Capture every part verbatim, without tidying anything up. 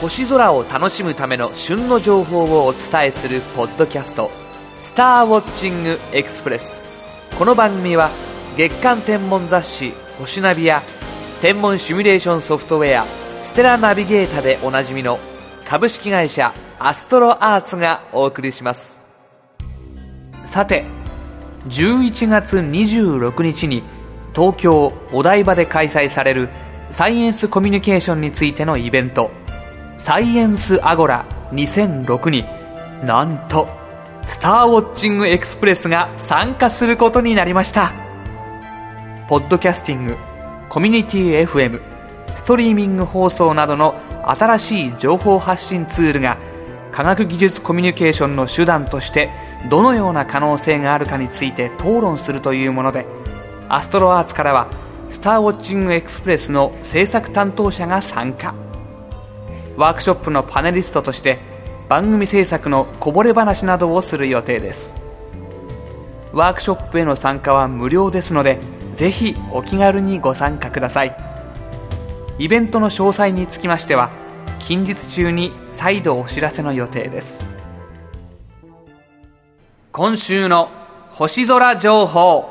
星空を楽しむための旬の情報をお伝えするポッドキャスト、スターウォッチングエクスプレス。この番組は月間天文雑誌星ナビや天文シミュレーションソフトウェアステラナビゲータでおなじみの株式会社アストロアーツがお送りします。さて、じゅういちがつにじゅうろくにちに東京お台場で開催されるサイエンスコミュニケーションについてのイベント、サイエンスアゴラにせんろくになんとスターウォッチングエクスプレスが参加することになりました。ポッドキャスティング、コミュニティ エフエム、ストリーミング放送などの新しい情報発信ツールが科学技術コミュニケーションの手段としてどのような可能性があるかについて討論するというもので、アストロアーツからはスターウォッチングエクスプレスの制作担当者が参加。ワークショップのパネリストとして番組制作のこぼれ話などをする予定です。ワークショップへの参加は無料ですので、ぜひお気軽にご参加ください。イベントの詳細につきましては近日中に再度お知らせの予定です。今週の星空情報。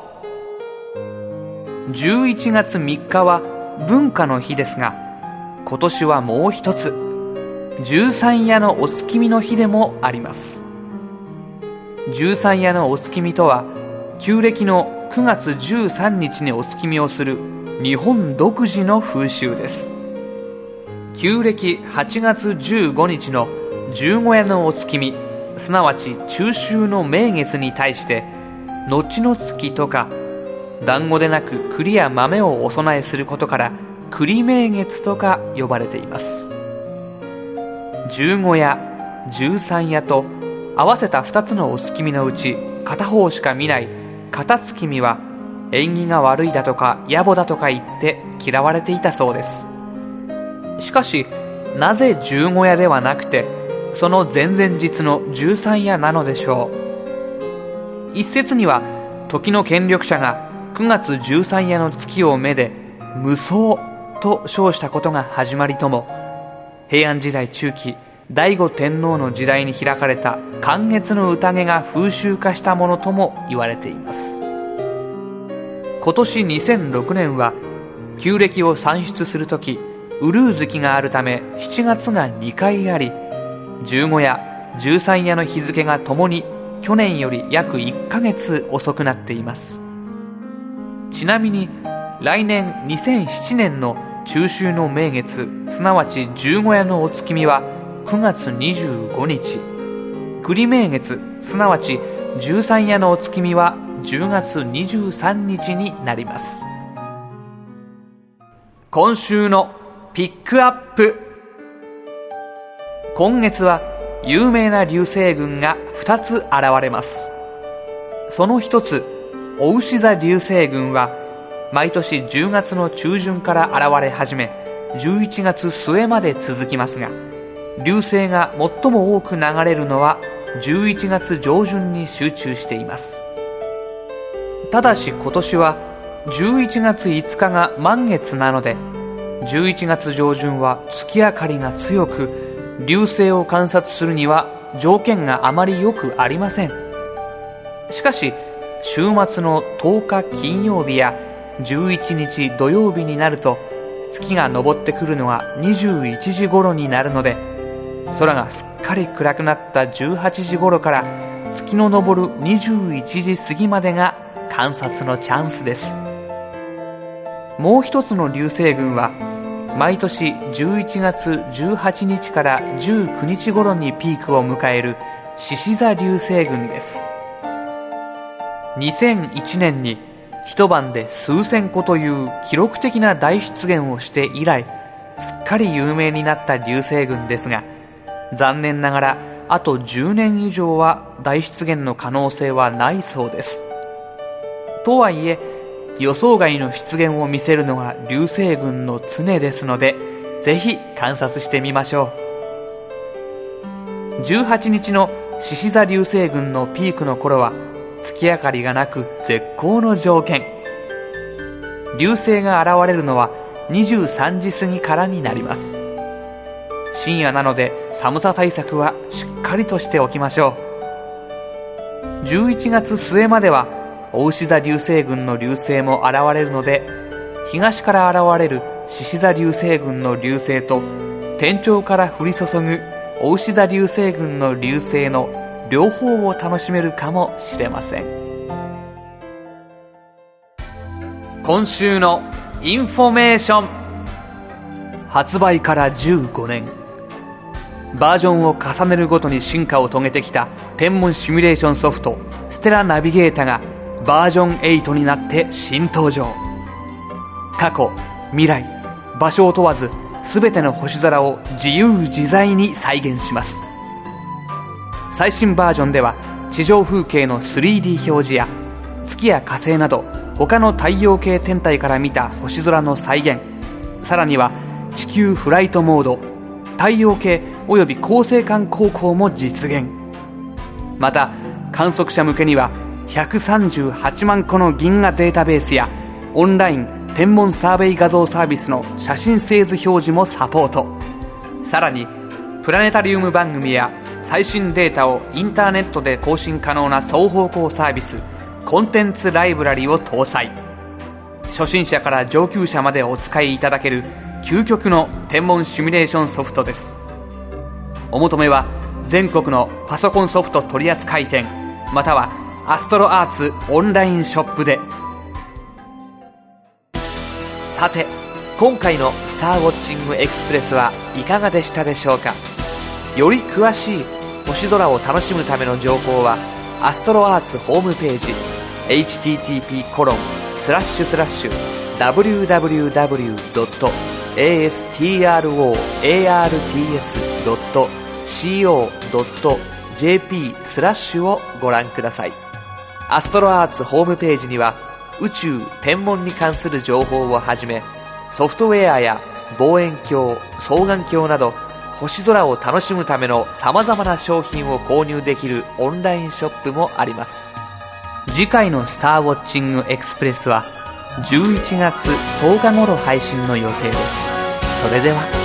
じゅういちがつみっかは文化の日ですが、今年はもう一つ十三夜のお月見の日でもあります。十三夜のお月見とは、旧暦のくがつじゅうさんにちにお月見をする日本独自の風習です。旧暦はちがつじゅうごにちの十五夜のお月見、すなわち中秋の名月に対して、後の月とか団子でなく栗や豆をお供えすることから栗名月とか呼ばれています。十五夜、十三夜と合わせたふたつのお月見のうち片方しか見ない片月見は縁起が悪いだとか野暮だとか言って嫌われていたそうです。しかしなぜ十五夜ではなくてその前々日の十三夜なのでしょう。一説には時の権力者がくがつ十三夜の月をめで無双と称したことが始まりとも、平安時代中期醍醐天皇の時代に開かれた寛月の宴が風習化したものとも言われています。今年にせんろくねんは旧暦を算出するときうるう月があるためしちがつがにかいあり、十五夜、十三夜の日付がともに去年より約いっかげつ遅くなっています。ちなみに来年にせんななねんの中秋の名月、すなわち十五夜のお月見はくがつにじゅうごにち、栗名月、すなわち十三夜のお月見はじゅうがつにじゅうさんにちになります。今週のピックアップ。今月は有名な流星群がふたつ現れます。その一つ、お牛座流星群は毎年じゅうがつの中旬から現れ始めじゅういちがつすえまで続きますが、流星が最も多く流れるのはじゅういちがつじょうじゅんに集中しています。ただし今年はじゅういちがついつかが満月なので、じゅういちがつじょうじゅんは月明かりが強く、流星を観察するには条件があまり良くありません。しかし週末のとおか金曜日やじゅういちにち土曜日になると、月が昇ってくるのがにじゅういちじ頃になるので、空がすっかり暗くなったじゅうはちじ頃から月の昇るにじゅういちじ過ぎまでが観察のチャンスです。もう一つの流星群は毎年じゅういちがつじゅうはちにちからじゅうくにち頃にピークを迎える獅子座流星群です。にせんいちねんに一晩で数千個という記録的な大出現をして以来、すっかり有名になった流星群ですが、残念ながらあとじゅうねん以上は大出現の可能性はないそうです。とはいえ予想外の出現を見せるのが流星群の常ですので、ぜひ観察してみましょう。じゅうはちにちの獅子座流星群のピークの頃は月明かりがなく絶好の条件。流星が現れるのはにじゅうさんじ過ぎからになります。 深夜なので寒さ対策はしっかりとしておきましょう。じゅういちがつ末までは牡牛座流星群の流星も現れるので、東から現れる獅子座流星群の流星と天頂から降り注ぐ牡牛座流星群の流星の両方を楽しめるかもしれません。今週のインフォメーション。発売からじゅうごねん、バージョンを重ねるごとに進化を遂げてきた天文シミュレーションソフトステラナビゲータがバージョンエイトになって新登場。過去、未来、場所を問わず全ての星空を自由自在に再現します。最新バージョンでは地上風景の スリーディー 表示や月や火星など他の太陽系天体から見た星空の再現、さらには地球フライトモード、太陽系および恒星間航行も実現。また観測者向けにはひゃくさんじゅうはちまんこの銀河データベースやオンライン天文サーベイ画像サービスの写真製図表示もサポート。さらにプラネタリウム番組や最新データをインターネットで更新可能な双方向サービスコンテンツライブラリを搭載。初心者から上級者までお使いいただける究極の天文シミュレーションソフトです。お求めは全国のパソコンソフト取扱店またはアストロアーツオンラインショップで。さて今回のスターウォッチングエクスプレスはいかがでしたでしょうか。より詳しい星空を楽しむための情報はアストロアーツホームページ エイチティーティーピーコロンスラッシュスラッシュダブリューダブリューダブリュードットエーエストロアールティーエスドットコドットジェーピー スラッシュをご覧ください。アストロアーツホームページには宇宙天文に関する情報をはじめソフトウェアや望遠鏡、双眼鏡など星空を楽しむためのさまざまな商品を購入できるオンラインショップもあります。次回のスターウォッチングエクスプレスはじゅういちがつとおか頃配信の予定です。それでは。